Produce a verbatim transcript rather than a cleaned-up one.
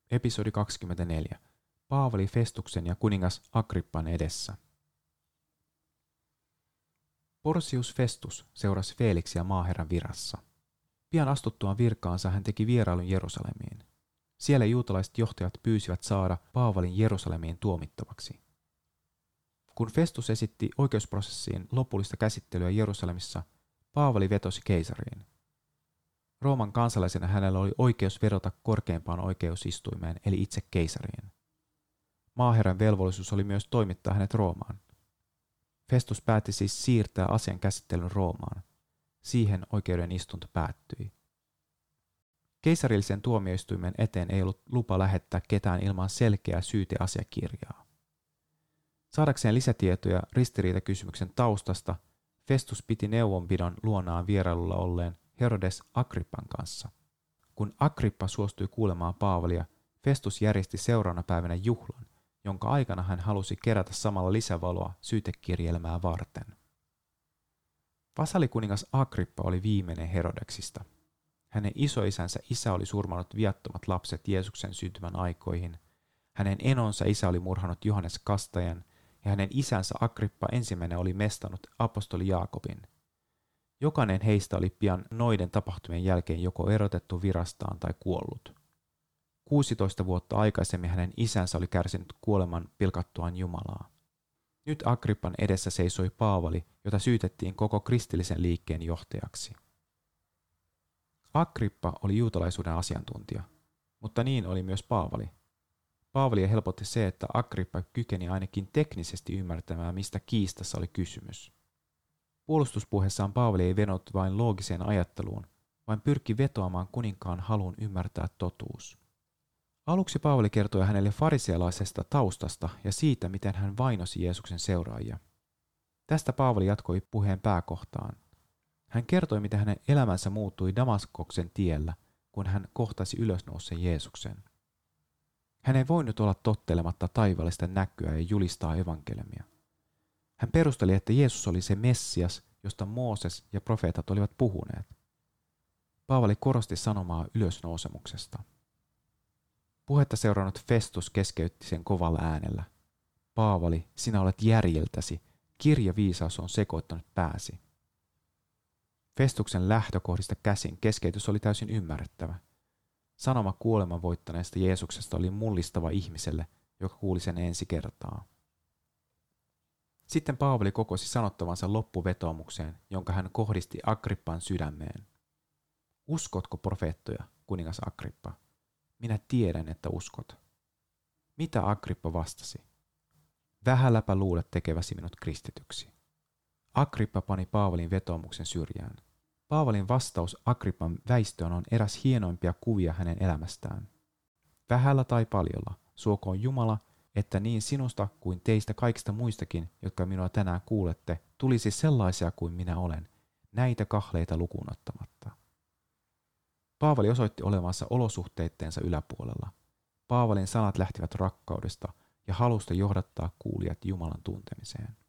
Episodi kaksikymmentäneljä. Paavali Festuksen ja kuningas Agrippan edessä. Porcius Festus seurasi Feeliksiä maaherran virassa. Pian astuttuaan virkaansa hän teki vierailun Jerusalemiin. Siellä juutalaiset johtajat pyysivät saada Paavalin Jerusalemiin tuomittavaksi. Kun Festus esitti oikeusprosessiin lopullista käsittelyä Jerusalemissa, Paavali vetosi keisariin. Rooman kansalaisena hänellä oli oikeus vedota korkeimpaan oikeusistuimeen eli itse keisariin. Maaherran velvollisuus oli myös toimittaa hänet Roomaan. Festus päätti siis siirtää asian käsittelyn Roomaan. Siihen oikeuden istunto päättyi. Keisarillisen tuomioistuimen eteen ei ollut lupa lähettää ketään ilman selkeää syyteasiakirjaa. Saadakseen lisätietoja ristiriitakysymyksen taustasta, Festus piti neuvonpidon luonaan vierailulla olleen Herodes Agrippan kanssa. Kun Agrippa suostui kuulemaan Paavalia, Festus järjesti seuraavana päivänä juhlan, jonka aikana hän halusi kerätä samalla lisävaloa syytekirjelmää varten. Vasalikuningas Agrippa oli viimeinen Herodeksista. Hänen isoisänsä isä oli surmannut viattomat lapset Jeesuksen syntymän aikoihin, hänen enonsa isä oli murhannut Johannes Kastajan ja hänen isänsä Agrippa ensimmäinen oli mestannut apostoli Jaakobin. Jokainen heistä oli pian noiden tapahtumien jälkeen joko erotettu virastaan tai kuollut. kuusitoista vuotta aikaisemmin hänen isänsä oli kärsinyt kuoleman pilkattuaan Jumalaa. Nyt Agrippan edessä seisoi Paavali, jota syytettiin koko kristillisen liikkeen johtajaksi. Agrippa oli juutalaisuuden asiantuntija, mutta niin oli myös Paavali. Paavalia helpotti se, että Agrippa kykeni ainakin teknisesti ymmärtämään, mistä kiistassa oli kysymys. Puolustuspuheessaan Paavali ei venonnut vain loogiseen ajatteluun, vaan pyrki vetoamaan kuninkaan haluun ymmärtää totuus. Aluksi Paavali kertoi hänelle farisealaisesta taustasta ja siitä, miten hän vainosi Jeesuksen seuraajia. Tästä Paavali jatkoi puheen pääkohtaan. Hän kertoi, miten hänen elämänsä muuttui Damaskoksen tiellä, kun hän kohtasi ylösnouseen Jeesuksen. Hän ei voinut olla tottelematta taivaallista näkyä ja julistaa evankeliumia. Hän perusteli, että Jeesus oli se Messias, josta Mooses ja profeetat olivat puhuneet. Paavali korosti sanomaa ylösnousemuksesta. Puhetta seurannut Festus keskeytti sen kovalla äänellä. Paavali, sinä olet järjeltäsi, kirjaviisaus on sekoittanut pääsi. Festuksen lähtökohdista käsin keskeytys oli täysin ymmärrettävä. Sanoma kuoleman voittaneesta Jeesuksesta oli mullistava ihmiselle, joka kuuli sen ensi kertaa. Sitten Paavali kokosi sanottavansa loppuvetomukseen, jonka hän kohdisti Agrippan sydämeen. Uskotko profeettoja, kuningas Agrippa? Minä tiedän, että uskot. Mitä Agrippa vastasi? Vähälläpä luulet tekeväsi minut kristityksi. Agrippa pani Paavalin vetoomuksen syrjään. Paavalin vastaus Agrippan väistöön on eräs hienoimpia kuvia hänen elämästään. Vähällä tai paljolla, suokoon Jumala, että niin sinusta kuin teistä kaikista muistakin, jotka minua tänään kuulette, tulisi sellaisia kuin minä olen, näitä kahleita lukuun ottamatta. Paavali osoitti olevansa olosuhteitteensa yläpuolella. Paavalin sanat lähtivät rakkaudesta ja halusta johdattaa kuulijat Jumalan tuntemiseen.